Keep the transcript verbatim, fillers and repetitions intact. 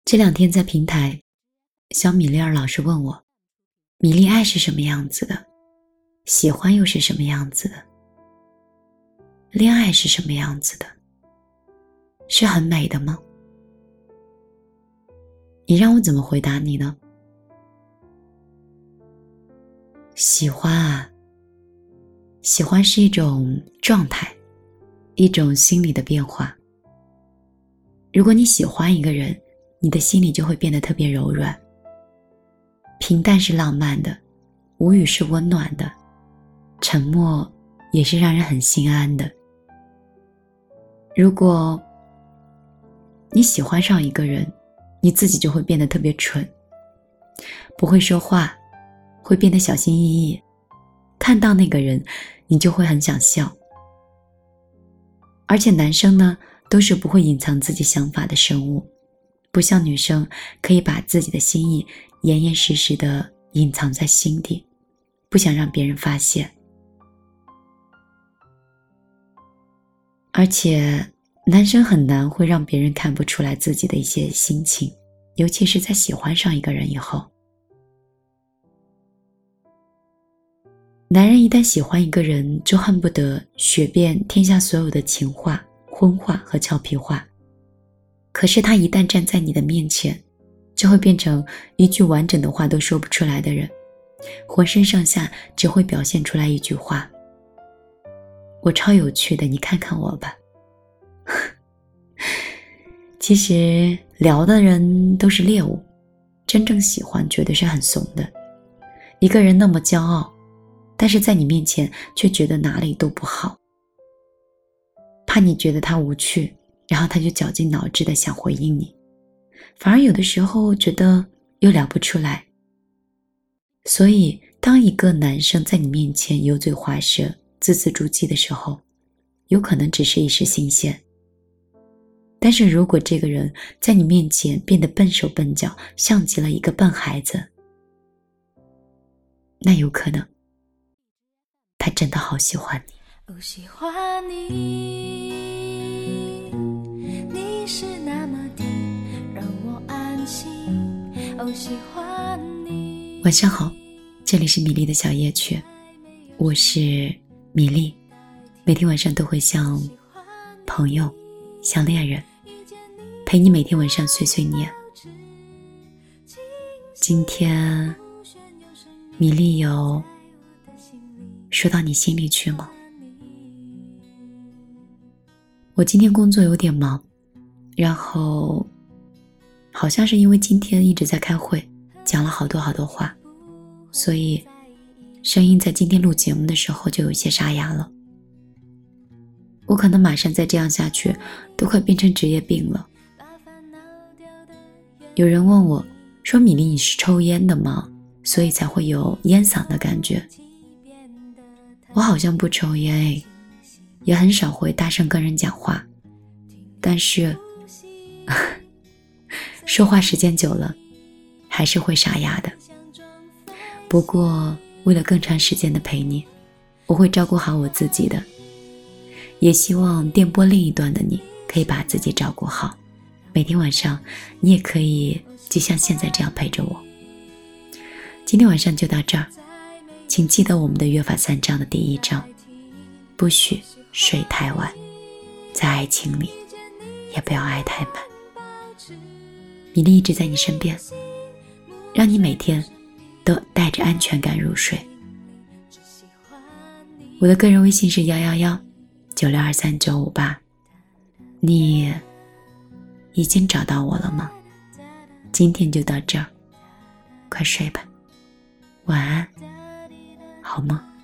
这两天在平台，小米粒儿老师问我，米粒爱是什么样子的？喜欢又是什么样子的？恋爱是什么样子的？是很美的吗？你让我怎么回答你呢？喜欢啊，喜欢是一种状态，一种心理的变化。如果你喜欢一个人，你的心里就会变得特别柔软。平淡是浪漫的，无语是温暖的，沉默也是让人很心安的。如果你喜欢上一个人，你自己就会变得特别蠢，不会说话，会变得小心翼翼，看到那个人你就会很想笑。而且男生呢，都是不会隐藏自己想法的生物，不像女生可以把自己的心意严严实实地隐藏在心底，不想让别人发现。而且男生很难会让别人看不出来自己的一些心情，尤其是在喜欢上一个人以后。男人一旦喜欢一个人，就恨不得学遍天下所有的情话、荤话和俏皮话。可是他一旦站在你的面前，就会变成一句完整的话都说不出来的人，浑身上下只会表现出来一句话：我超有趣的，你看看我吧。其实聊的人都是猎物，真正喜欢绝对是很怂的。一个人那么骄傲，但是在你面前却觉得哪里都不好，怕你觉得他无趣，然后他就绞尽脑汁的想回应你，反而有的时候觉得又聊不出来。所以当一个男生在你面前油嘴滑舌、字字珠玑的时候，有可能只是一时新鲜。但是如果这个人在你面前变得笨手笨脚，像极了一个笨孩子，那有可能他真的好喜欢你。 哦，喜欢你，你是那么的让我安心。哦，喜欢你。 晚上好，这里是米粒的小夜曲，我是米粒，每天晚上都会像朋友，像恋人，陪你每天晚上碎碎念。今天米粒有说到你心里去吗？我今天工作有点忙，然后好像是因为今天一直在开会，讲了好多好多话，所以声音在今天录节目的时候就有一些沙哑了。我可能马上再这样下去都快变成职业病了。有人问我说，米粒你是抽烟的吗？所以才会有烟嗓的感觉。我好像不抽烟，也很少会大声跟人讲话，但是说话时间久了还是会沙哑的。不过为了更长时间的陪你，我会照顾好我自己的，也希望电波另一端的你可以把自己照顾好，每天晚上你也可以就像现在这样陪着我。今天晚上就到这儿，请记得我们的约法三章的第一章，不许睡太晚，在爱情里也不要爱太满。米粒一直在你身边，让你每天都带着安全感入睡。我的个人微信是幺幺幺九六二三九五八，你已经找到我了吗？今天就到这儿，快睡吧，晚安，好梦。